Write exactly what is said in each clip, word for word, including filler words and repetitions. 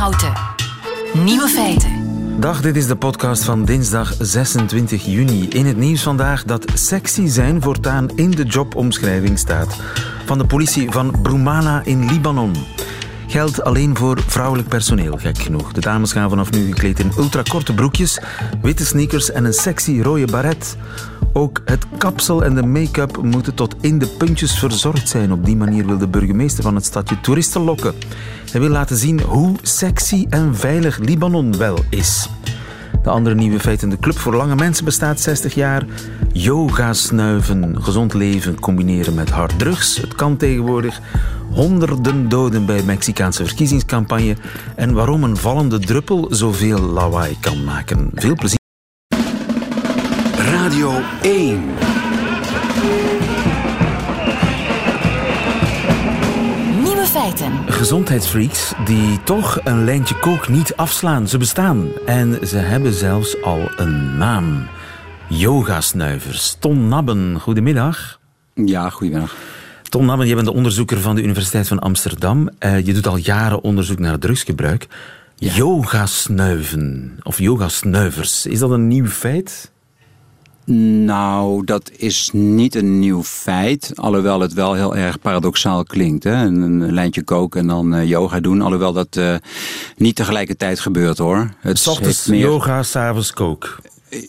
Houten. Nieuwe feiten. Dag, dit is de podcast van dinsdag zesentwintig juni. In het nieuws vandaag dat sexy zijn voortaan in de jobomschrijving staat. Van de politie van Broumana in Libanon. Geldt alleen voor vrouwelijk personeel, gek genoeg. De dames gaan vanaf nu gekleed in ultrakorte broekjes, witte sneakers en een sexy rode baret. Ook het kapsel en de make-up moeten tot in de puntjes verzorgd zijn. Op die manier wil de burgemeester van het stadje toeristen lokken. Hij wil laten zien hoe sexy en veilig Libanon wel is. De andere nieuwe feiten. De Club voor Lange Mensen bestaat zestig jaar. Yoga snuiven, gezond leven combineren met harddrugs. Het kan tegenwoordig. Honderden doden bij Mexicaanse verkiezingscampagne. En waarom een vallende druppel zoveel lawaai kan maken. Veel plezier. Radio één. Nieuwe feiten. Gezondheidsfreaks die toch een lijntje kook niet afslaan. Ze bestaan. En ze hebben zelfs al een naam. Yogasnuivers. Ton Nabben, goedemiddag. Ja, goedemiddag. Ton Nabben, jij bent de onderzoeker van de Universiteit van Amsterdam. Uh, je doet al jaren onderzoek naar drugsgebruik. Ja. Yogasnuiven, of yogasnuivers, is dat een nieuw feit? Nou, dat is niet een nieuw feit. Alhoewel het wel heel erg paradoxaal klinkt. Hè? Een, een lijntje koken en dan uh, yoga doen. Alhoewel dat uh, niet tegelijkertijd gebeurt, hoor. Het 's ochtends meer... yoga, 's avonds kook.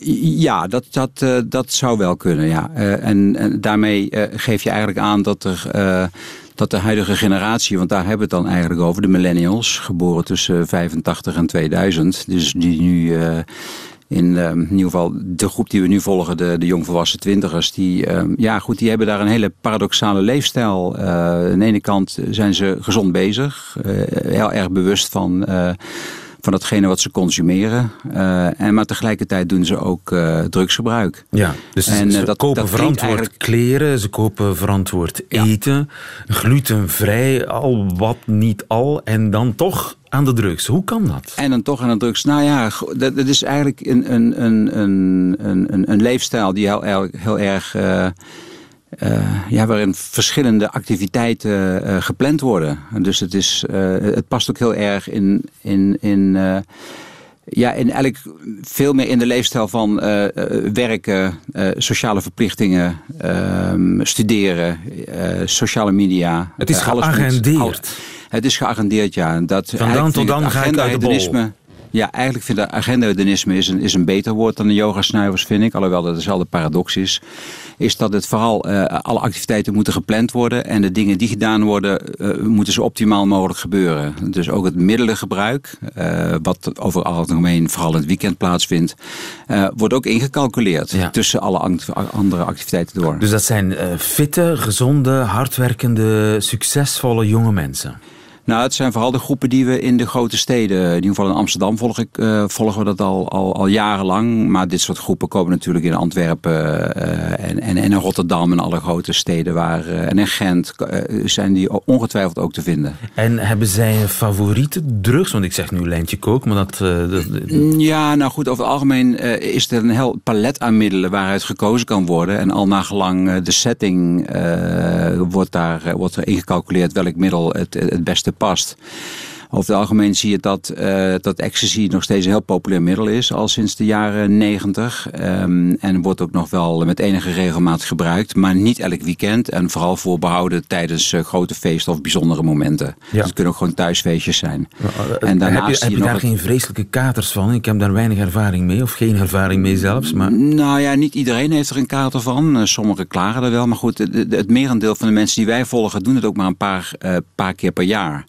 Ja, dat, dat, uh, dat zou wel kunnen, ja. Uh, en, en daarmee uh, geef je eigenlijk aan dat er... Uh, dat de huidige generatie, want daar hebben we het dan eigenlijk over, de millennials, geboren tussen vijfentachtig en tweeduizend, dus die nu uh, in, uh, in ieder geval de groep die we nu volgen, de, de jongvolwassen twintigers, die, uh, ja goed, die hebben daar een hele paradoxale leefstijl. Uh, aan de ene kant zijn ze gezond bezig, uh, heel erg bewust van... Uh, van datgene wat ze consumeren. Uh, en maar tegelijkertijd doen ze ook uh, drugsgebruik. Ja, dus en, ze uh, dat, kopen dat verantwoord eigenlijk... kleren, ze kopen verantwoord eten, ja. Glutenvrij, al wat niet al, en dan toch aan de drugs. Hoe kan dat? En dan toch aan de drugs. Nou ja, dat, dat is eigenlijk een, een, een, een, een, een leefstijl die heel, heel, heel erg... Uh, Uh, ja, waarin verschillende activiteiten uh, gepland worden. Dus het, is, uh, het past ook heel erg in, in, in, uh, ja, in eigenlijk veel meer in de leefstijl van uh, uh, werken, uh, sociale verplichtingen, uh, studeren, uh, sociale media. Het is uh, geagendeerd. Alles moet, het is geagendeerd, ja. Dat, van dan tot dan ga ik uit de bol. Ja, eigenlijk vind ik agenda-hedonisme is een, is een beter woord dan de yogasnuivers, vind ik. Alhoewel dat dezelfde paradox is. Is dat het vooral, uh, alle activiteiten moeten gepland worden. En de dingen die gedaan worden, uh, moeten zo optimaal mogelijk gebeuren. Dus ook het middelengebruik, uh, wat over het algemeen vooral in het weekend plaatsvindt, uh, wordt ook ingecalculeerd. Ja. Tussen alle andere activiteiten door. Dus dat zijn uh, fitte, gezonde, hardwerkende, succesvolle jonge mensen. Nou, het zijn vooral de groepen die we in de grote steden, in ieder geval in Amsterdam volg ik, uh, volgen we dat al, al, al jarenlang. Maar dit soort groepen komen natuurlijk in Antwerpen uh, en, en, en in Rotterdam en alle grote steden. Waar, uh, en in Gent uh, zijn die ongetwijfeld ook te vinden. En hebben zij een favoriete drugs? Want ik zeg nu lijntje kook, maar dat... Uh, dat... Ja, nou goed, over het algemeen uh, is er een heel palet aan middelen waaruit gekozen kan worden. En al nagelang uh, de setting uh, wordt, daar, uh, wordt er ingecalculeerd welk middel het, het beste past. Over het algemeen zie je dat, uh, dat ecstasy nog steeds een heel populair middel is, al sinds de jaren negentig. Um, en wordt ook nog wel met enige regelmaat gebruikt, maar niet elk weekend. En vooral voor behouden tijdens uh, grote feesten of bijzondere momenten. Ja. Dus het kunnen ook gewoon thuisfeestjes zijn. Uh, en daarnaast heb je, heb je, je daar het... geen vreselijke katers van? Ik heb daar weinig ervaring mee, of geen ervaring mee zelfs. Maar... Nou ja, niet iedereen heeft er een kater van. Uh, sommigen klagen er wel. Maar goed, het, het merendeel van de mensen die wij volgen doen het ook maar een paar, uh, paar keer per jaar.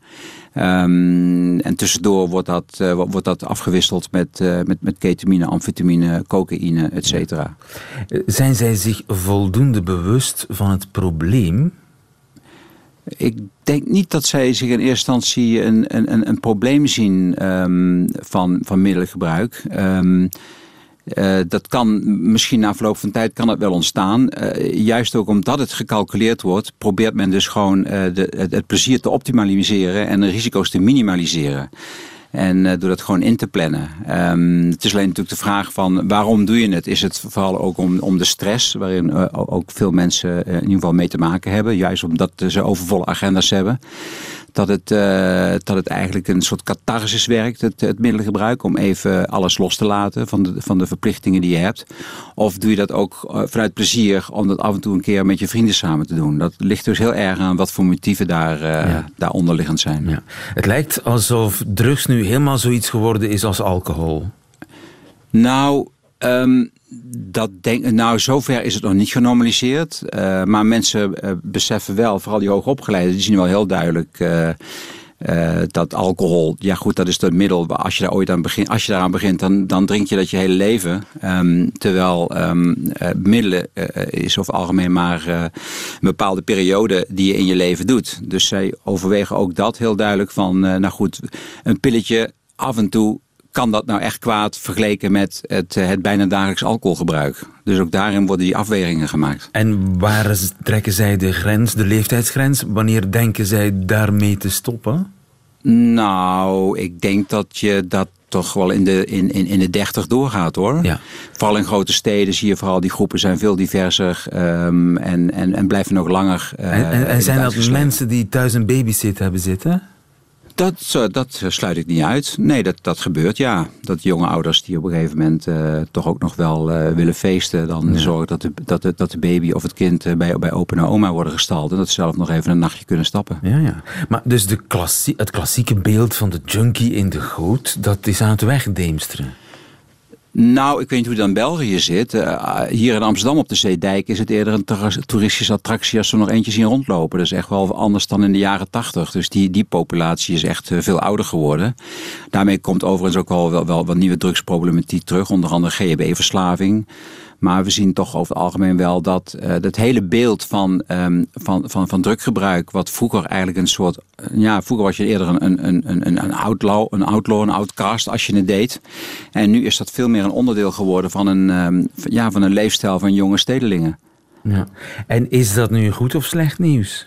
Um, en tussendoor wordt dat, uh, wordt dat afgewisseld met, uh, met, met ketamine, amfetamine, cocaïne, et cetera. Zijn zij zich voldoende bewust van het probleem? Ik denk niet dat zij zich in eerste instantie een, een, een probleem zien um, van, van middelengebruik. Um, Uh, dat kan misschien na verloop van tijd kan het wel ontstaan. Uh, juist ook omdat het gecalculeerd wordt, probeert men dus gewoon uh, de, het, het plezier te optimaliseren en de risico's te minimaliseren. En uh, door dat gewoon in te plannen. Um, het is alleen natuurlijk de vraag van waarom doe je het? Is het vooral ook om, om de stress, waarin uh, ook veel mensen uh, in ieder geval mee te maken hebben. Juist omdat ze overvolle agenda's hebben. dat het, uh, dat het eigenlijk een soort catharsis werkt, het, het middelengebruik, om even alles los te laten van de, van de verplichtingen die je hebt. Of doe je dat ook uh, vanuit plezier om dat af en toe een keer met je vrienden samen te doen? Dat ligt dus heel erg aan wat voor motieven daar, uh, ja. daar onderliggend zijn. Ja. Het lijkt alsof drugs nu helemaal zoiets geworden is als alcohol. Nou, um, dat denk, nou, zover is het nog niet genormaliseerd. Uh, maar mensen uh, beseffen wel, vooral die hoogopgeleiden, die zien wel heel duidelijk uh, uh, dat alcohol, ja goed, dat is het middel. Als je daar ooit aan begint, als je daaraan begint, dan, dan drink je dat je hele leven. Um, terwijl um, uh, middelen uh, is over het algemeen maar uh, een bepaalde periode die je in je leven doet. Dus zij overwegen ook dat heel duidelijk van, uh, nou goed, een pilletje af en toe. Kan dat nou echt kwaad vergeleken met het, het bijna dagelijks alcoholgebruik? Dus ook daarin worden die afwegingen gemaakt. En waar trekken zij de grens, de leeftijdsgrens? Wanneer denken zij daarmee te stoppen? Nou, ik denk dat je dat toch wel in de, in, in, in de dertig doorgaat, hoor. Ja. Vooral in grote steden zie je vooral, die groepen zijn veel diverser um, en, en, en blijven nog langer. Uh, en, en, en zijn dat mensen die thuis een babysit hebben zitten? Dat, dat sluit ik niet uit. Nee, dat, dat gebeurt, ja. Dat jonge ouders die op een gegeven moment uh, toch ook nog wel uh, willen feesten, dan ja. zorgen dat de, dat, de, dat de baby of het kind uh, bij, bij opa en oma worden gestald. En dat ze zelf nog even een nachtje kunnen stappen. Ja, ja. Maar dus de klassie, het klassieke beeld van de junkie in de goot, dat is aan het wegdeemsteren. Nou, ik weet niet hoe het in België zit. Uh, hier in Amsterdam op de Zeedijk is het eerder een toeristische attractie als we nog eentje zien rondlopen. Dat is echt wel anders dan in de jaren tachtig. Dus die, die populatie is echt uh, veel ouder geworden. Daarmee komt overigens ook wel, wel, wel wat nieuwe drugsproblematiek terug. Onder andere G H B-verslaving. Maar we zien toch over het algemeen wel dat uh, dat hele beeld van, um, van, van, van druggebruik, wat vroeger eigenlijk een soort, ja, vroeger was je eerder een, een, een, een, een outlaw, een outlaw, een outcast als je het deed. En nu is dat veel meer een onderdeel geworden van een, um, ja, van een leefstijl van jonge stedelingen. Ja. En is dat nu goed of slecht nieuws?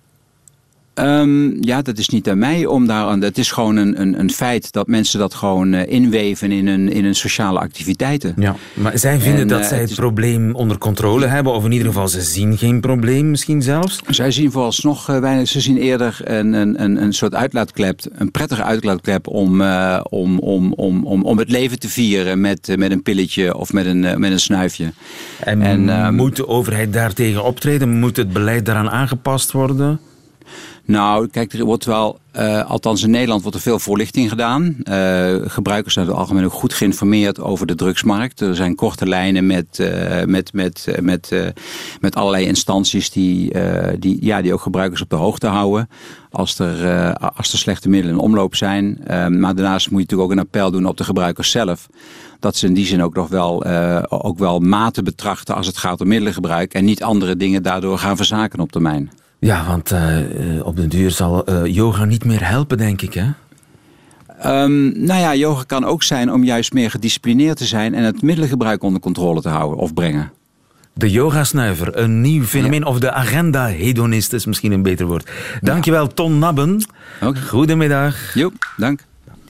Um, ja, dat is niet aan mij om daar aan. Het is gewoon een, een, een feit dat mensen dat gewoon uh, inweven in hun, in hun sociale activiteiten. Ja, maar zij vinden en, dat uh, zij het, het is... probleem onder controle hebben, of in ieder geval ze zien geen probleem misschien zelfs? Zij zien vooralsnog uh, weinig. Ze zien eerder een, een, een, een soort uitlaatklep, een prettige uitlaatklep om, uh, om, om, om, om, om het leven te vieren met, uh, met een pilletje of met een, uh, met een snuifje. En, en uh, moet de overheid daartegen optreden? Moet het beleid daaraan aangepast worden? Nou, kijk, er wordt wel, uh, althans in Nederland wordt er veel voorlichting gedaan. Uh, gebruikers zijn in het algemeen ook goed geïnformeerd over de drugsmarkt. Er zijn korte lijnen met, uh, met, met, met, uh, met allerlei instanties die, uh, die, ja, die ook gebruikers op de hoogte houden. Als er, uh, als er slechte middelen in omloop zijn. Uh, maar daarnaast moet je natuurlijk ook een appel doen op de gebruikers zelf. Dat ze in die zin ook nog wel, uh, ook wel maten betrachten als het gaat om middelengebruik. En niet andere dingen daardoor gaan verzaken op termijn. Ja, want uh, op den duur zal uh, yoga niet meer helpen, denk ik, hè? Um, nou ja, yoga kan ook zijn om juist meer gedisciplineerd te zijn en het middelengebruik onder controle te houden of brengen. De yogasnuiver, een nieuw fenomeen, ja. Of de agenda-hedonist is misschien een beter woord. Dankjewel, ja. Ton Nabben. Okay. Goedemiddag. Jo, dank.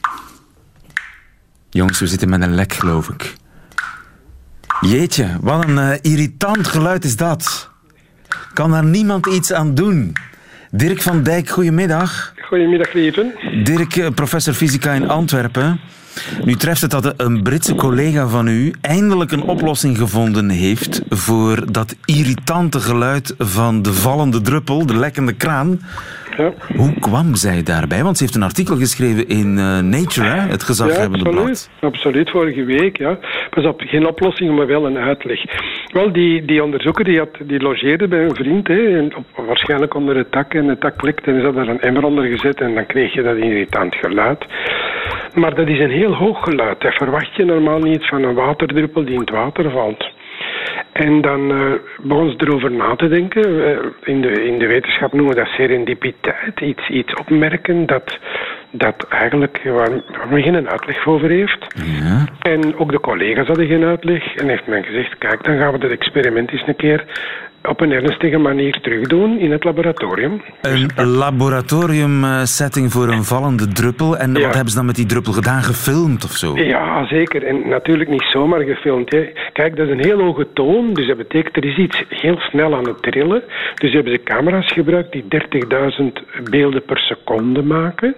Jongens, we zitten met een lek, geloof ik. Jeetje, wat een uh, irritant geluid is dat. Kan daar niemand iets aan doen? Dirk van Dijk, goedemiddag. Goedemiddag, Lieven. Dirk, professor fysica in Antwerpen. Nu treft het dat een Britse collega van u eindelijk een oplossing gevonden heeft voor dat irritante geluid van de vallende druppel, de lekkende kraan. Ja. Hoe kwam zij daarbij? Want ze heeft een artikel geschreven in uh, Nature, hè? Het gezaghebbende ja, blad. Absoluut, vorige week. Ja. Pas op, geen oplossing, maar wel een uitleg. Wel, die, die onderzoeker die, had, die logeerde bij een vriend, hè, en op, waarschijnlijk onder het dak, en het dak lekte, en ze had daar een emmer onder gezet en dan kreeg je dat irritant geluid. Maar dat is een heel hoog geluid. Dat verwacht je normaal niet van een waterdruppel die in het water valt. En dan uh, begon ze erover na te denken. Uh, in, de, in de wetenschap noemen we dat serendipiteit. Iets, iets opmerken dat, dat eigenlijk waar, waar men geen uitleg over heeft. Ja. En ook de collega's hadden geen uitleg. En heeft men gezegd, kijk, dan gaan we dat experiment eens een keer op een ernstige manier terugdoen in het laboratorium. Een laboratoriumsetting voor een vallende druppel. En ja. Wat hebben ze dan met die druppel gedaan? Gefilmd of zo? Ja, zeker. En natuurlijk niet zomaar gefilmd. Hè. Kijk, dat is een heel hoge toon. Dus dat betekent, er is iets heel snel aan het trillen. Dus hebben ze camera's gebruikt die dertigduizend beelden per seconde maken.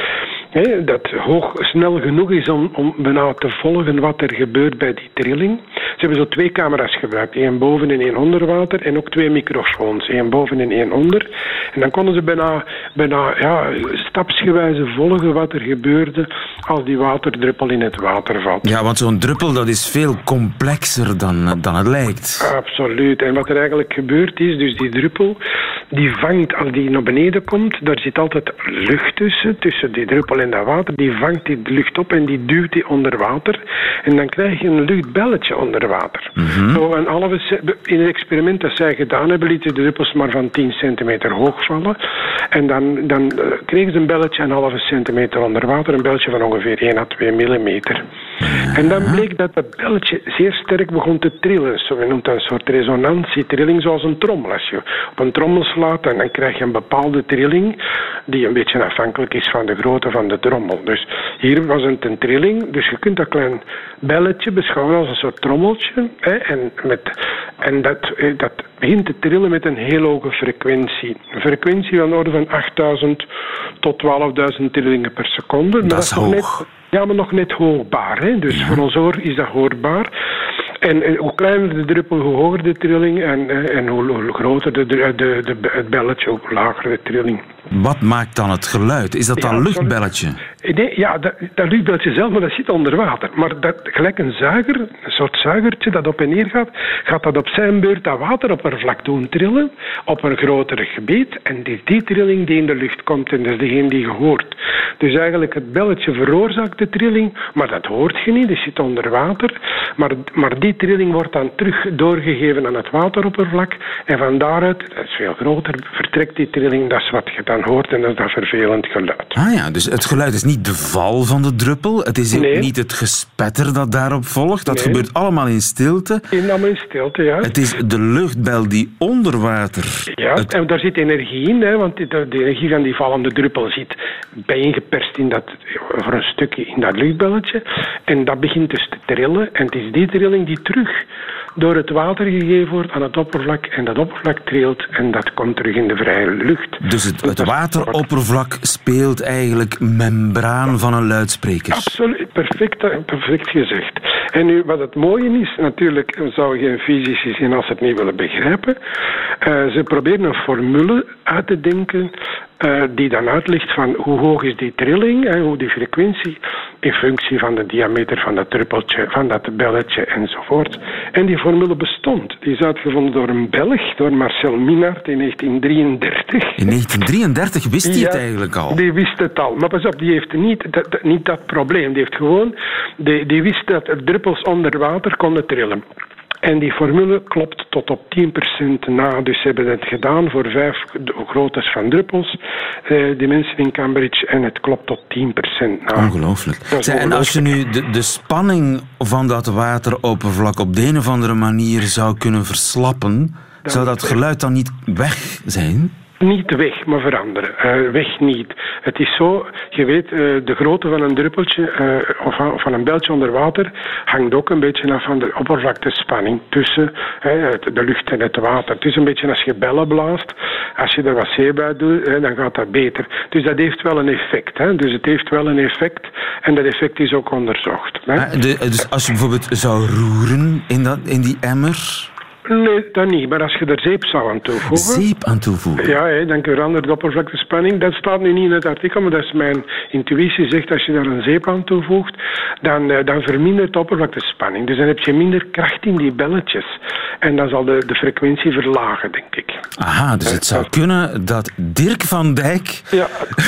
He, dat hoog, snel genoeg is om, om bijna te volgen wat er gebeurt bij die trilling. Ze hebben zo twee camera's gebruikt, één boven en één onder water, en ook twee microfoons, één boven en één onder. En dan konden ze bijna, bijna ja, stapsgewijze volgen wat er gebeurde als die waterdruppel in het water valt. Ja, want zo'n druppel dat is veel complexer dan, dan het lijkt. Absoluut. En wat er eigenlijk gebeurt is, dus die druppel, die vangt, als die naar beneden komt, daar zit altijd lucht tussen, tussen die druppel en dat water, die vangt die lucht op en die duwt die onder water. En dan krijg je een luchtbelletje onder water. Mm-hmm. Zo een halve, in het experiment dat zij gedaan hebben, lieten de druppels maar van tien centimeter hoog vallen. En dan, dan uh, kregen ze een belletje een halve centimeter onder water, een belletje van ongeveer één à twee millimeter. Mm-hmm. En dan bleek dat dat belletje zeer sterk begon te trillen. Zo, we noemen dat een soort resonantietrilling, zoals een trommel. Als je op een trommel slaat, en dan krijg je een bepaalde trilling die een beetje afhankelijk is van de grootte van de trommel. Dus hier was het een trilling, dus je kunt dat klein belletje beschouwen als een soort trommeltje. Hè, en met, en dat, dat begint te trillen met een heel hoge frequentie. Een frequentie van de orde van achtduizend tot twaalfduizend trillingen per seconde. Dat is hoog. Net, ja, maar nog net hoorbaar. Hè? Dus ja. Voor ons oor is dat hoorbaar. En, en hoe kleiner de druppel, hoe hoger de trilling. En, en hoe, hoe groter de, de, de, het belletje, hoe lager de trilling. Wat maakt dan het geluid? Is dat dan een ja, luchtbelletje? Nee, ja, dat, dat luchtbelletje zelf, maar dat zit onder water. Maar dat, gelijk een zuiger, een soort zuigertje dat op en neer gaat, gaat dat op zijn beurt dat wateroppervlak doen trillen op een groter gebied. En die, die trilling die in de lucht komt, en dat is degene die je hoort. Dus eigenlijk het belletje veroorzaakt de trilling, maar dat hoort je niet, die zit onder water. Maar, maar die trilling wordt dan terug doorgegeven aan het wateroppervlak. En van daaruit, dat is veel groter, vertrekt die trilling, dat is wat je dan hoort en dat is dat vervelend geluid. Ah ja, dus het geluid is niet de val van de druppel, het is nee. niet het gespetter dat daarop volgt, dat nee. gebeurt allemaal in stilte. In, allemaal in stilte, ja. Het is de luchtbel die onder water... Ja, het... en daar zit energie in, hè, want de, de energie van die vallende druppel zit bijeengeperst in dat, voor een stukje in dat luchtbelletje en dat begint dus te trillen en het is die trilling die terug door het water gegeven wordt aan het oppervlak en dat oppervlak trilt en dat komt terug in de vrije lucht. Dus het, het wateroppervlak speelt eigenlijk membraan van een luidspreker. Absoluut, perfect, perfect gezegd. En nu, wat het mooie is, natuurlijk zou geen fysici zijn als ze het niet willen begrijpen. Uh, ze proberen een formule uit te denken uh, die dan uitlegt van hoe hoog is die trilling en hoe die frequentie in functie van de diameter van dat druppeltje, van dat belletje enzovoort. En die formule bestond. Die is uitgevonden door een Belg, door Marcel Minnaert in negentien drieëndertig. In negentien drieëndertig wist hij ja, het eigenlijk al? Die wist het al. Maar pas op, die heeft niet dat, niet dat probleem. Die heeft gewoon, die, die wist dat er druppels onder water konden trillen. En die formule klopt tot op tien procent na. Dus ze hebben het gedaan voor vijf groottes van druppels. Uh, die mensen in Cambridge. En het klopt tot tien procent na. Ongelooflijk. Zij, en als je nu de, de spanning van dat wateroppervlak op de een of andere manier zou kunnen verslappen, dan zou dat geluid dan niet weg zijn? Niet weg, maar veranderen. Uh, weg niet. Het is zo, je weet, uh, de grootte van een druppeltje uh, of, of van een beltje onder water hangt ook een beetje af van de oppervlaktespanning tussen uh, de lucht en het water. Het is een beetje als je bellen blaast. Als je er wat zee bij doet, uh, dan gaat dat beter. Dus dat heeft wel een effect. Hè? Dus het heeft wel een effect en dat effect is ook onderzocht. Hè? Uh, de, dus als je bijvoorbeeld zou roeren in, dat, in die emmer... Nee, dat niet. Maar als je er zeep zou aan toevoegen... Zeep aan toevoegen? Ja, hé, dan verandert de oppervlaktespanning. Dat staat nu niet in het artikel, maar dat is mijn intuïtie. Zegt als je daar een zeep aan toevoegt, dan, dan vermindert de oppervlaktespanning. Dus dan heb je minder kracht in die belletjes. En dan zal de, de frequentie verlagen, denk ik. Aha, dus het zou kunnen dat Dirk van Dijk ja.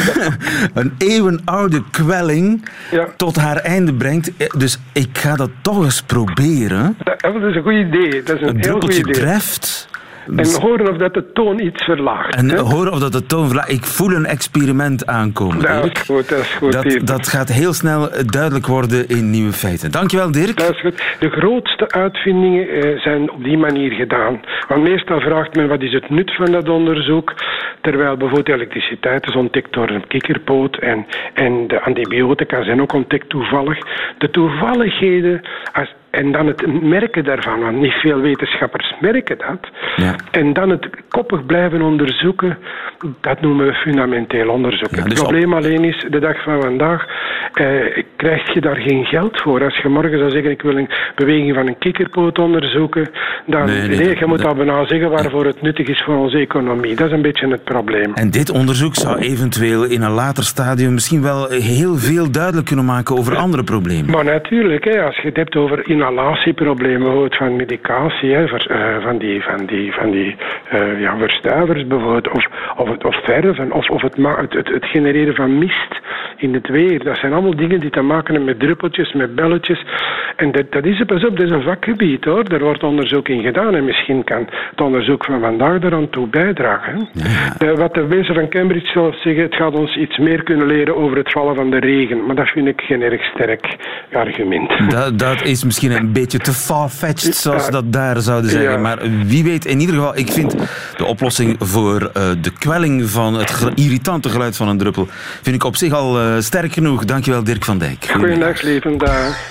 een eeuwenoude kwelling ja. tot haar einde brengt. Dus ik ga dat toch eens proberen. Dat, dat is een goed idee. Dat is een, een heel goed idee. Treft En horen of dat de toon iets verlaagt. En hè? horen of dat de toon verlaagt. Ik voel een experiment aankomen. Dat Dirk. is goed, dat is goed. Dat, dat gaat heel snel duidelijk worden in Nieuwe Feiten. Dankjewel, Dirk. Dat is goed. De grootste uitvindingen eh, zijn op die manier gedaan. Want meestal vraagt men wat is het nut van dat onderzoek, terwijl bijvoorbeeld elektriciteit is ontdekt door een kikkerpoot en, en de antibiotica zijn ook ontdekt toevallig. De toevalligheden als, en dan het merken daarvan, want niet veel wetenschappers merken dat. Ja. En dan het koppig blijven onderzoeken, dat noemen we fundamenteel onderzoek. Ja, dus het probleem op... alleen is, de dag van vandaag eh, krijg je daar geen geld voor. Als je morgen zou zeggen, ik wil een beweging van een kikkerpoot onderzoeken, dan nee, nee, nee, je dat, moet dat... dat bijna zeggen waarvoor het nuttig is voor onze economie. Dat is een beetje het probleem. En dit onderzoek zou eventueel in een later stadium misschien wel heel veel duidelijk kunnen maken over andere problemen. Maar natuurlijk, hè, als je het hebt over inhalatieproblemen, bijvoorbeeld van medicatie, hè, voor, uh, van die, van die, van die uh, ja, verstuivers bijvoorbeeld, of, of, het, of verven, of, of het, het, het, het genereren van mist in het weer. Dat zijn allemaal dingen die te maken hebben met druppeltjes, met belletjes. En dat, dat is, pas op, dat is een vakgebied, hoor. Daar wordt onderzoek in gedaan en misschien kan het onderzoek van vandaag eraan toe bijdragen. Ja. Uh, wat de mensen van Cambridge zelf zeggen, het gaat ons iets meer kunnen leren over het vallen van de regen. Maar dat vind ik geen erg sterk argument. Dat, dat is misschien een beetje te far-fetched, zoals ze dat daar zouden zeggen. Ja. Maar wie weet, in ieder geval, ik vind de oplossing voor uh, de kwelling van het ge- irritante geluid van een druppel, vind ik op zich al uh, sterk genoeg. Dankjewel, Dirk van Dijk. Goeiedag, lieve dag.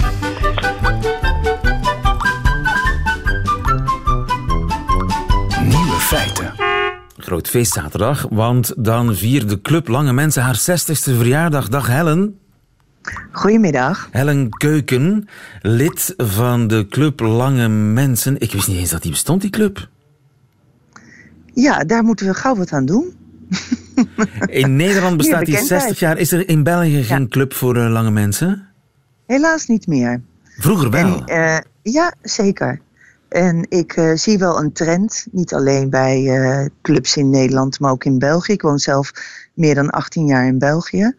Nieuwe feiten. Groot feest zaterdag, want dan viert de Club Lange Mensen haar zestigste verjaardag. Dag Helen. Goedemiddag. Helen Keuken, lid van de Club Lange Mensen. Ik wist niet eens dat die bestond, die club. Ja, daar moeten we gauw wat aan doen. In Nederland bestaat die zestig jaar. Is er in België geen ja. club voor uh, lange mensen? Helaas niet meer. Vroeger wel? En, uh, ja, zeker. En ik uh, zie wel een trend, niet alleen bij uh, clubs in Nederland, maar ook in België. Ik woon zelf meer dan achttien jaar in België.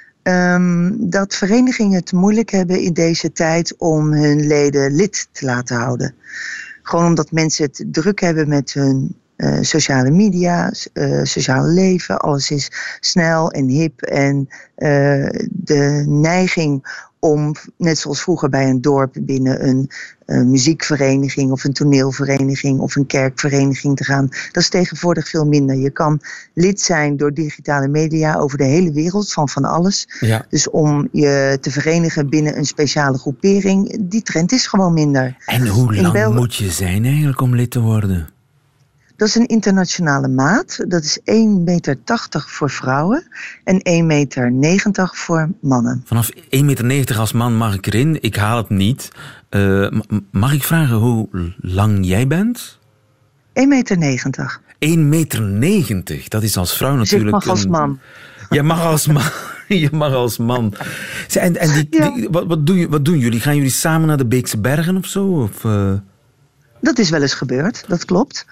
Um, dat verenigingen het moeilijk hebben in deze tijd om hun leden lid te laten houden. Gewoon omdat mensen het druk hebben met hun uh, sociale media, uh, sociale leven. Alles is snel en hip en uh, de neiging om, net zoals vroeger bij een dorp, binnen een, een muziekvereniging of een toneelvereniging of een kerkvereniging te gaan. Dat is tegenwoordig veel minder. Je kan lid zijn door digitale media over de hele wereld, van van alles. Ja. Dus om je te verenigen binnen een speciale groepering, die trend is gewoon minder. En hoe lang Bel- moet je zijn eigenlijk om lid te worden? Dat is een internationale maat. Dat is één meter tachtig voor vrouwen en één meter negentig voor mannen. Vanaf één meter negentig als man mag ik erin. Ik haal het niet. Uh, mag ik vragen hoe lang jij bent? één meter negentig. één meter negentig, dat is als vrouw natuurlijk... Dus ik mag als man. Een... Je mag als man. Je mag als man. En, en die, ja. die, wat, wat, doen, je, wat doen jullie? Gaan jullie samen naar de Beekse Bergen of zo? Of, uh... Dat is wel eens gebeurd, dat klopt.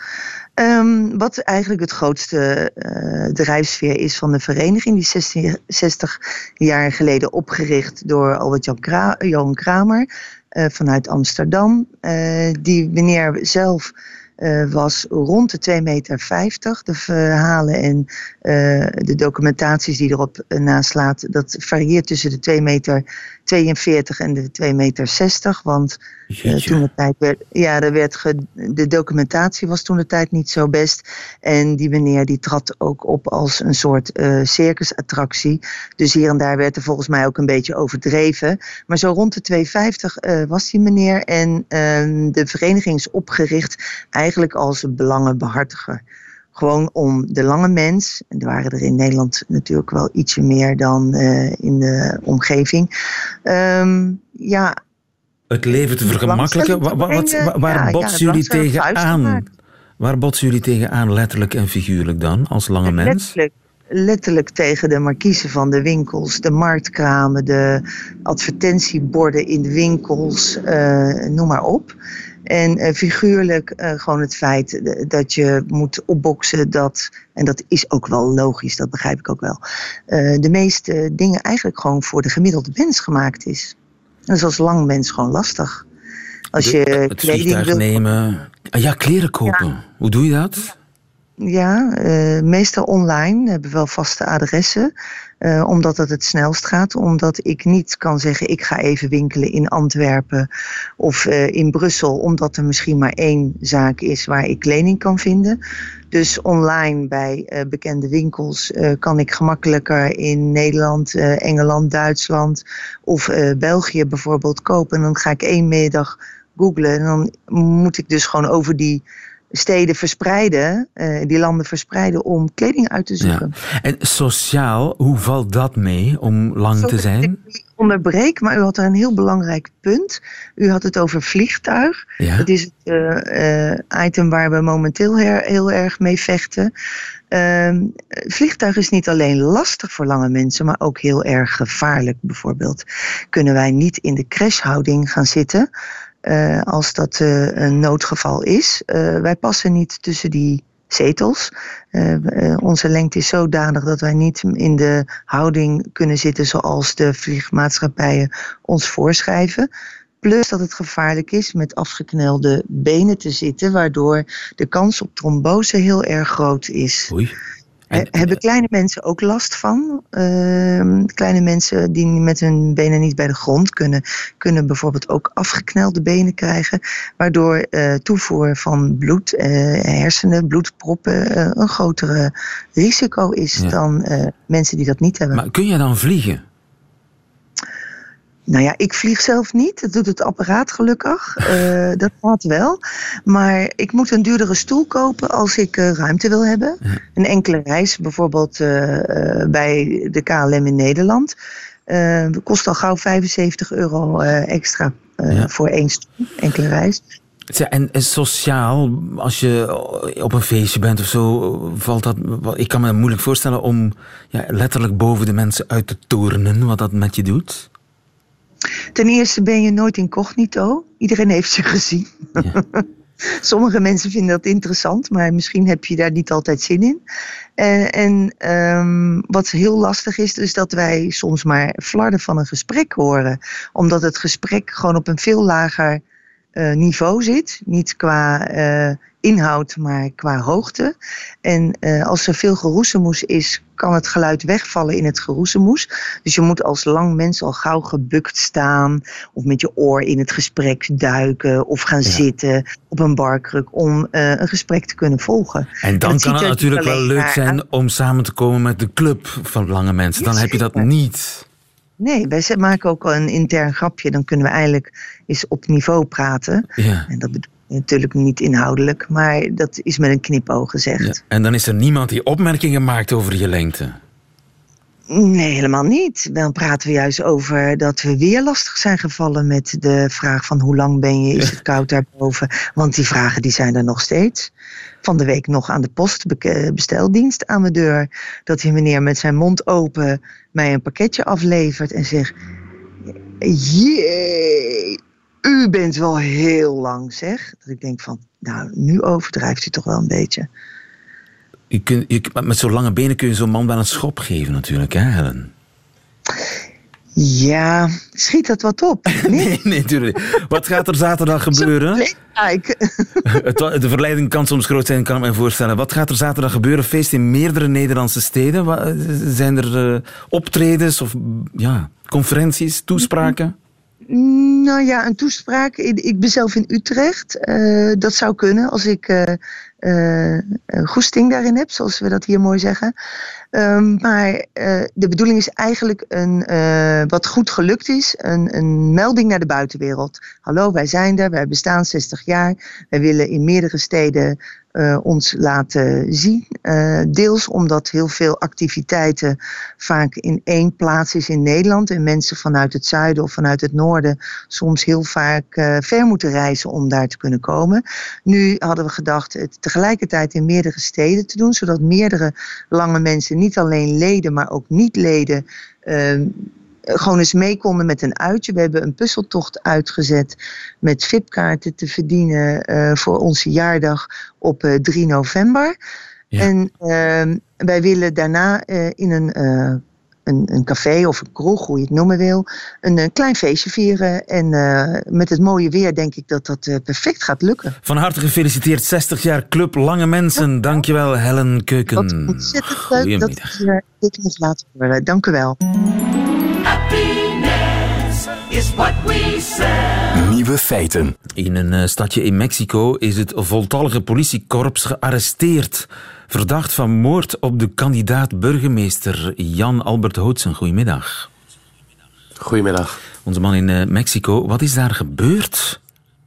Um, wat eigenlijk het grootste uh, drijfsfeer is van de vereniging, die zestig, zestig jaar geleden opgericht door Albert-Jan Kra- Johan Kramer uh, vanuit Amsterdam. Uh, die meneer zelf uh, was rond de twee meter vijftig. De verhalen en uh, de documentaties die erop uh, naslaat, dat varieert tussen de twee meter tweeënveertig en de twee meter zestig, want uh, toen de tijd werd, ja, er werd ge, de documentatie was toen de tijd niet zo best. En die meneer die trad ook op als een soort uh, circusattractie. Dus hier en daar werd er volgens mij ook een beetje overdreven. Maar zo rond de twee meter vijftig uh, was die meneer. En uh, de vereniging is opgericht eigenlijk als een belangenbehartiger. Gewoon om de lange mens, en er waren er in Nederland natuurlijk wel ietsje meer dan uh, in de omgeving. Um, ja, het leven te vergemakkelijken. Waar, wat, waar, waar ja, botsen ja, jullie tegen aan? Waar botsen jullie tegen aan, letterlijk en figuurlijk dan, als lange mens? Letterlijk, letterlijk tegen de markiezen van de winkels, de marktkramen, de advertentieborden in de winkels, uh, noem maar op. En uh, figuurlijk uh, gewoon het feit dat je moet opboksen dat, en dat is ook wel logisch, dat begrijp ik ook wel, uh, de meeste dingen eigenlijk gewoon voor de gemiddelde mens gemaakt is. Dat is als lang mens gewoon lastig. Als je de, het kleding vliegtuig wil... nemen. Ja, kleren kopen. Ja. Hoe doe je dat? Ja, uh, meestal online. We hebben wel vaste adressen. Uh, omdat het het snelst gaat. Omdat ik niet kan zeggen, ik ga even winkelen in Antwerpen of uh, in Brussel. Omdat er misschien maar één zaak is waar ik kleding kan vinden. Dus online bij uh, bekende winkels uh, kan ik gemakkelijker in Nederland, uh, Engeland, Duitsland of uh, België bijvoorbeeld kopen. En dan ga ik één middag googlen en dan moet ik dus gewoon over die steden verspreiden, uh, die landen verspreiden om kleding uit te zoeken. Ja. En sociaal, hoe valt dat mee om lang te zijn? Ik onderbreek, maar u had er een heel belangrijk punt. U had het over vliegtuig. Ja. Dat is het uh, uh, item waar we momenteel her, heel erg mee vechten. Uh, vliegtuig is niet alleen lastig voor lange mensen, maar ook heel erg gevaarlijk. Bijvoorbeeld kunnen wij niet in de crashhouding gaan zitten Uh, als dat uh, een noodgeval is. Uh, wij passen niet tussen die zetels. Uh, uh, onze lengte is zodanig dat wij niet in de houding kunnen zitten zoals de vliegmaatschappijen ons voorschrijven. Plus dat het gevaarlijk is met afgeknelde benen te zitten, waardoor de kans op trombose heel erg groot is. Oei. En, hebben kleine mensen ook last van? Uh, kleine mensen die met hun benen niet bij de grond kunnen, kunnen bijvoorbeeld ook afgeknelde benen krijgen, waardoor uh, toevoer van bloed, uh, hersenen, bloedproppen uh, een grotere risico is ja. dan uh, mensen die dat niet hebben. Maar kun je dan vliegen? Nou ja, ik vlieg zelf niet. Dat doet het apparaat gelukkig. Uh, dat gaat wel. Maar ik moet een duurdere stoel kopen als ik uh, ruimte wil hebben. Ja. Een enkele reis, bijvoorbeeld uh, uh, bij de K L M in Nederland. Uh, kost al gauw vijfenzeventig euro uh, extra uh, ja. voor één stoel, enkele reis. Ja, en, en sociaal, als je op een feestje bent of zo, valt dat. Ik kan me moeilijk voorstellen om ja, letterlijk boven de mensen uit te torenen, wat dat met je doet. Ten eerste ben je nooit incognito. Iedereen heeft je gezien. Ja. Sommige mensen vinden dat interessant, maar misschien heb je daar niet altijd zin in. Uh, en um, wat heel lastig is, is dat wij soms maar flarden van een gesprek horen. Omdat het gesprek gewoon op een veel lager uh, niveau zit. Niet qua uh, inhoud, maar qua hoogte. En uh, als er veel geroezemoes is, kan het geluid wegvallen in het geroezemoes. Dus je moet als lang mens al gauw gebukt staan of met je oor in het gesprek duiken of gaan ja. zitten op een barkruk om uh, een gesprek te kunnen volgen. En dan en kan het natuurlijk wel leuk zijn aan om samen te komen met de club van lange mensen. Dan ja, heb je dat niet. Nee, wij maken ook al een intern grapje. Dan kunnen we eigenlijk eens op niveau praten. Ja. En dat bedoel natuurlijk niet inhoudelijk, maar dat is met een knipoog gezegd. Ja, en dan is er niemand die opmerkingen maakt over je lengte? Nee, helemaal niet. Dan praten we juist over dat we weer lastig zijn gevallen met de vraag van hoe lang ben je, is het koud daarboven? Want die vragen die zijn er nog steeds. Van de week nog aan de postbesteldienst aan mijn deur, dat die meneer met zijn mond open mij een pakketje aflevert en zegt, jee, u bent wel heel lang, zeg. Dat ik denk van, nou, nu overdrijft u toch wel een beetje. Je kunt, je, met zo'n lange benen kun je zo'n man wel een schop geven natuurlijk, hè, Helen? Ja, schiet dat wat op? Nee, nee, nee, natuurlijk. Wat gaat er zaterdag gebeuren? De verleiding kan soms groot zijn, kan ik me voorstellen. Wat gaat er zaterdag gebeuren? Feest in meerdere Nederlandse steden. Zijn er uh, optredens of ja, conferenties, toespraken? Nou ja, een toespraak. Ik ben zelf in Utrecht. Uh, dat zou kunnen als ik uh, uh, goesting daarin heb, zoals we dat hier mooi zeggen. Um, maar uh, de bedoeling is eigenlijk een, uh, wat goed gelukt is, een, een melding naar de buitenwereld. Hallo, wij zijn er, wij bestaan zestig jaar. Wij willen in meerdere steden uh, ons laten zien. Uh, deels omdat heel veel activiteiten vaak in één plaats is in Nederland. En mensen vanuit het zuiden of vanuit het noorden soms heel vaak uh, ver moeten reizen om daar te kunnen komen. Nu hadden we gedacht het tegelijkertijd in meerdere steden te doen, zodat meerdere lange mensen, niet alleen leden, maar ook niet-leden, uh, gewoon eens mee konden met een uitje. We hebben een puzzeltocht uitgezet met V I P-kaarten te verdienen uh, voor onze jaardag op uh, drie november. Ja. En uh, wij willen daarna uh, in een uh, een, een café of een kroeg, hoe je het noemen wil, een, een klein feestje vieren. En uh, met het mooie weer denk ik dat dat uh, perfect gaat lukken. Van harte gefeliciteerd, zestig jaar Club Lange Mensen. Ja. Dankjewel, Helen Keuken. Wat ontzettend leuk dat ik hier dit nog laat horen. Dank u wel. Is what we say. Nieuwe feiten. In een uh, stadje in Mexico is het voltallige politiekorps gearresteerd. Verdacht van moord op de kandidaat-burgemeester Jan Albert Hootsen. Goedemiddag. Goedemiddag. Onze man in uh, Mexico. Wat is daar gebeurd?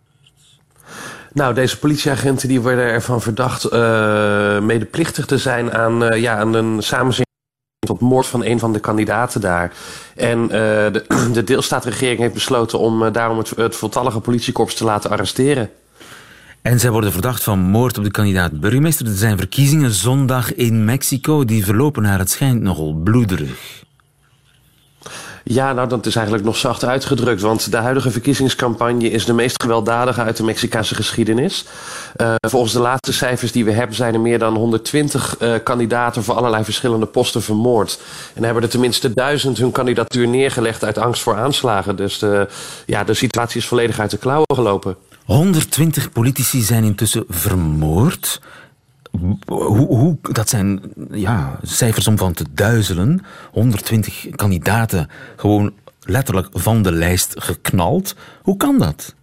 Nou, deze politieagenten die worden ervan verdacht uh, medeplichtig te zijn aan, uh, ja, aan een samenzijn tot moord van een van de kandidaten daar. En uh, de, de deelstaatregering heeft besloten om uh, daarom het, het voltallige politiekorps te laten arresteren. En zij worden verdacht van moord op de kandidaat-burgemeester. Er zijn verkiezingen zondag in Mexico. Die verlopen naar het schijnt nogal bloederig. Ja, nou, dat is eigenlijk nog zacht uitgedrukt. Want de huidige verkiezingscampagne is de meest gewelddadige uit de Mexicaanse geschiedenis. Uh, volgens de laatste cijfers die we hebben zijn er meer dan honderdtwintig uh, kandidaten voor allerlei verschillende posten vermoord. En hebben er tenminste duizend hun kandidatuur neergelegd uit angst voor aanslagen. Dus de, ja, de situatie is volledig uit de klauwen gelopen. honderdtwintig politici zijn intussen vermoord. Hoe, hoe, dat zijn ja, cijfers om van te duizelen. honderdtwintig kandidaten gewoon letterlijk van de lijst geknald. Hoe kan dat?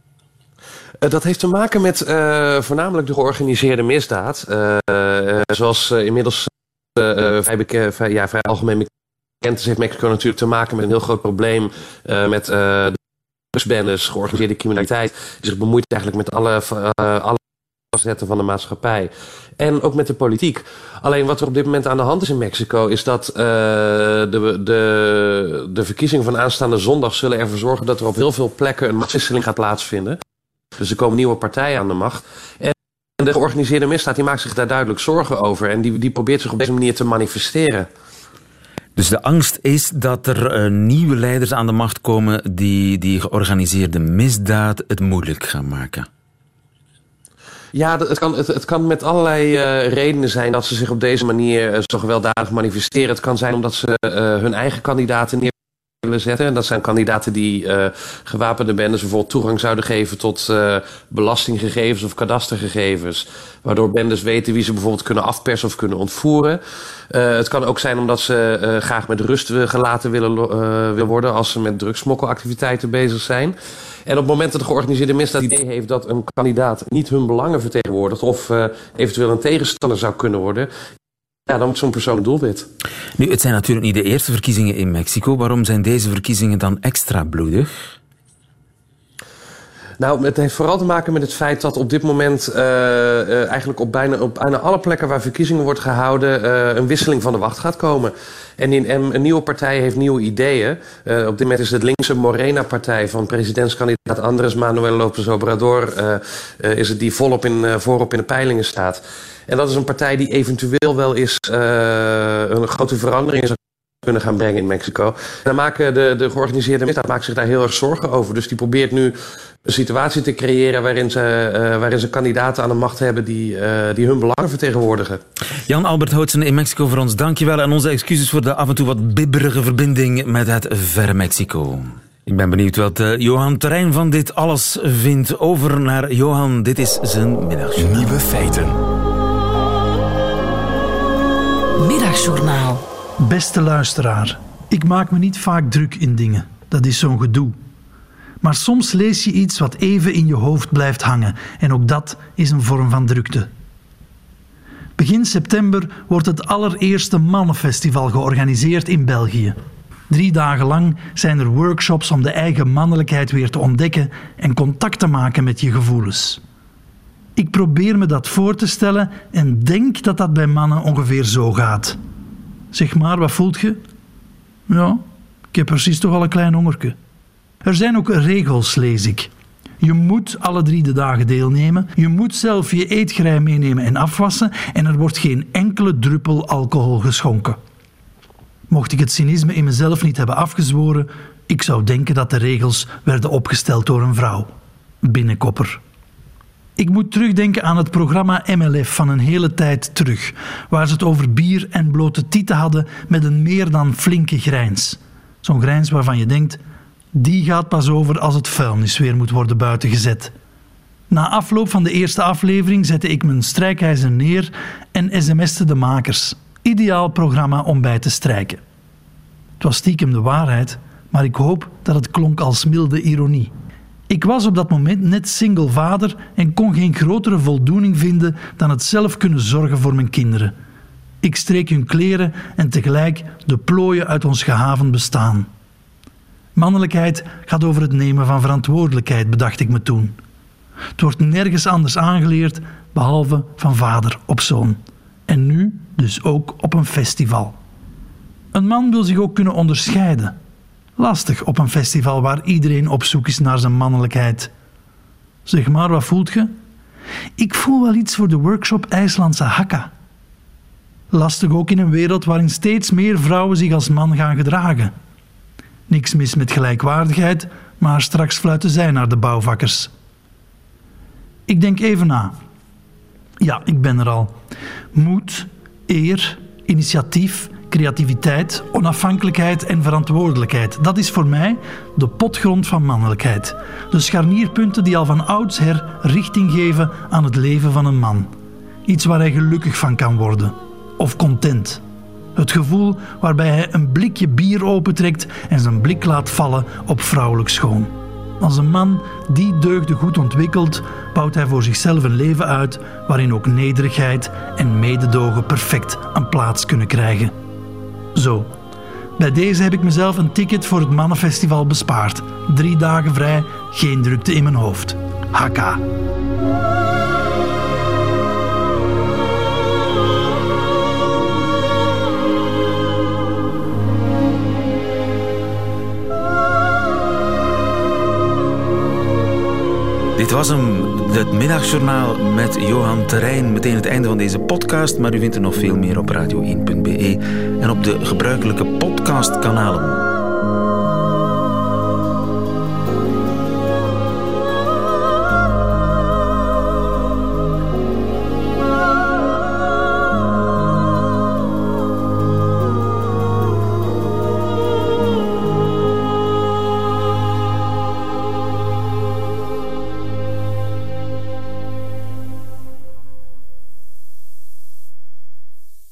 Uh, dat heeft te maken met uh, voornamelijk de georganiseerde misdaad. Uh, uh, zoals uh, inmiddels uh, uh, vrij, beke- vrij, ja, vrij algemeen bekend is, heeft Mexico natuurlijk te maken met een heel groot probleem uh, met uh, drugsbendes, georganiseerde criminaliteit. Die zich bemoeit eigenlijk met alle, uh, alle facetten van de maatschappij. En ook met de politiek. Alleen wat er op dit moment aan de hand is in Mexico is dat uh, de, de, de verkiezingen van aanstaande zondag zullen ervoor zorgen dat er op heel veel plekken een machtswisseling gaat plaatsvinden. Dus er komen nieuwe partijen aan de macht. En de georganiseerde misdaad die maakt zich daar duidelijk zorgen over. En die, die probeert zich op deze manier te manifesteren. Dus de angst is dat er uh, nieuwe leiders aan de macht komen die die georganiseerde misdaad het moeilijk gaan maken. Ja, het kan, het, het kan met allerlei uh, redenen zijn dat ze zich op deze manier uh, zo gewelddadig manifesteren. Het kan zijn omdat ze uh, hun eigen kandidaten neer willen zetten. En dat zijn kandidaten die uh, gewapende bendes bijvoorbeeld toegang zouden geven tot uh, belastinggegevens of kadastergegevens. Waardoor bendes weten wie ze bijvoorbeeld kunnen afpersen of kunnen ontvoeren. Uh, het kan ook zijn omdat ze uh, graag met rust gelaten willen, uh, willen worden als ze met drugsmokkelactiviteiten bezig zijn. En op het moment dat de georganiseerde misdaad het idee heeft dat een kandidaat niet hun belangen vertegenwoordigt of uh, eventueel een tegenstander zou kunnen worden, ja, dan moet zo'n persoon een doelwit. Nu, het zijn natuurlijk niet de eerste verkiezingen in Mexico. Waarom zijn deze verkiezingen dan extra bloedig? Nou, het heeft vooral te maken met het feit dat op dit moment uh, uh, eigenlijk op bijna, op bijna alle plekken waar verkiezingen wordt gehouden uh, een wisseling van de wacht gaat komen. En in, en een nieuwe partij heeft nieuwe ideeën. Uh, op dit moment is het linkse Morena-partij van presidentskandidaat Andrés Manuel López Obrador uh, uh, is het die volop in, uh, voorop in de peilingen staat. En dat is een partij die eventueel wel eens uh, een grote verandering zou kunnen gaan brengen in Mexico. En dan maken de, de georganiseerde misdaad maakt zich daar heel erg zorgen over. Dus die probeert nu een situatie te creëren waarin ze, uh, waarin ze kandidaten aan de macht hebben die, uh, die hun belangen vertegenwoordigen. Jan Albert Hootsen in Mexico voor ons. Dankjewel en onze excuses voor de af en toe wat bibberige verbinding met het verre Mexico. Ik ben benieuwd wat uh, Johan Terrein van dit alles vindt. Over naar Johan, dit is zijn middagjournaal. Nieuwe feiten. Middagjournaal. Beste luisteraar, ik maak me niet vaak druk in dingen. Dat is zo'n gedoe. Maar soms lees je iets wat even in je hoofd blijft hangen. En ook dat is een vorm van drukte. Begin september wordt het allereerste mannenfestival georganiseerd in België. Drie dagen lang zijn er workshops om de eigen mannelijkheid weer te ontdekken en contact te maken met je gevoelens. Ik probeer me dat voor te stellen en denk dat dat bij mannen ongeveer zo gaat. Zeg maar, wat voelt je? Ja, ik heb precies toch al een klein hongerke. Er zijn ook regels, lees ik. Je moet alle drie de dagen deelnemen. Je moet zelf je eetgerei meenemen en afwassen. En er wordt geen enkele druppel alcohol geschonken. Mocht ik het cynisme in mezelf niet hebben afgezworen, ik zou denken dat de regels werden opgesteld door een vrouw. Binnenkopper. Ik moet terugdenken aan het programma M L F van een hele tijd terug, waar ze het over bier en blote tieten hadden met een meer dan flinke grijns. Zo'n grijns waarvan je denkt, die gaat pas over als het vuilnis weer moet worden buitengezet. Na afloop van de eerste aflevering zette ik mijn strijkijzer neer en sms'te de makers. Ideaal programma om bij te strijken. Het was stiekem de waarheid, maar ik hoop dat het klonk als milde ironie. Ik was op dat moment net single vader en kon geen grotere voldoening vinden dan het zelf kunnen zorgen voor mijn kinderen. Ik streek hun kleren en tegelijk de plooien uit ons gehavend bestaan. Mannelijkheid gaat over het nemen van verantwoordelijkheid, bedacht ik me toen. Het wordt nergens anders aangeleerd, behalve van vader op zoon. En nu dus ook op een festival. Een man wil zich ook kunnen onderscheiden. Lastig op een festival waar iedereen op zoek is naar zijn mannelijkheid. Zeg maar, wat voelt je? Ik voel wel iets voor de workshop IJslandse Hakka. Lastig ook in een wereld waarin steeds meer vrouwen zich als man gaan gedragen. Niks mis met gelijkwaardigheid, maar straks fluiten zij naar de bouwvakkers. Ik denk even na. Ja, ik ben er al. Moed, eer, initiatief, creativiteit, onafhankelijkheid en verantwoordelijkheid. Dat is voor mij de potgrond van mannelijkheid. De scharnierpunten die al van oudsher richting geven aan het leven van een man. Iets waar hij gelukkig van kan worden. Of content. Het gevoel waarbij hij een blikje bier opentrekt en zijn blik laat vallen op vrouwelijk schoon. Als een man die deugden goed ontwikkelt, bouwt hij voor zichzelf een leven uit waarin ook nederigheid en mededogen perfect een plaats kunnen krijgen. Zo, bij deze heb ik mezelf een ticket voor het Mannenfestival bespaard. Drie dagen vrij, geen drukte in mijn hoofd. Hakka. Dit was hem, het middagjournaal met Johan Terrein. Meteen het einde van deze podcast, maar u vindt er nog veel meer op radio één punt be en op de gebruikelijke podcastkanalen.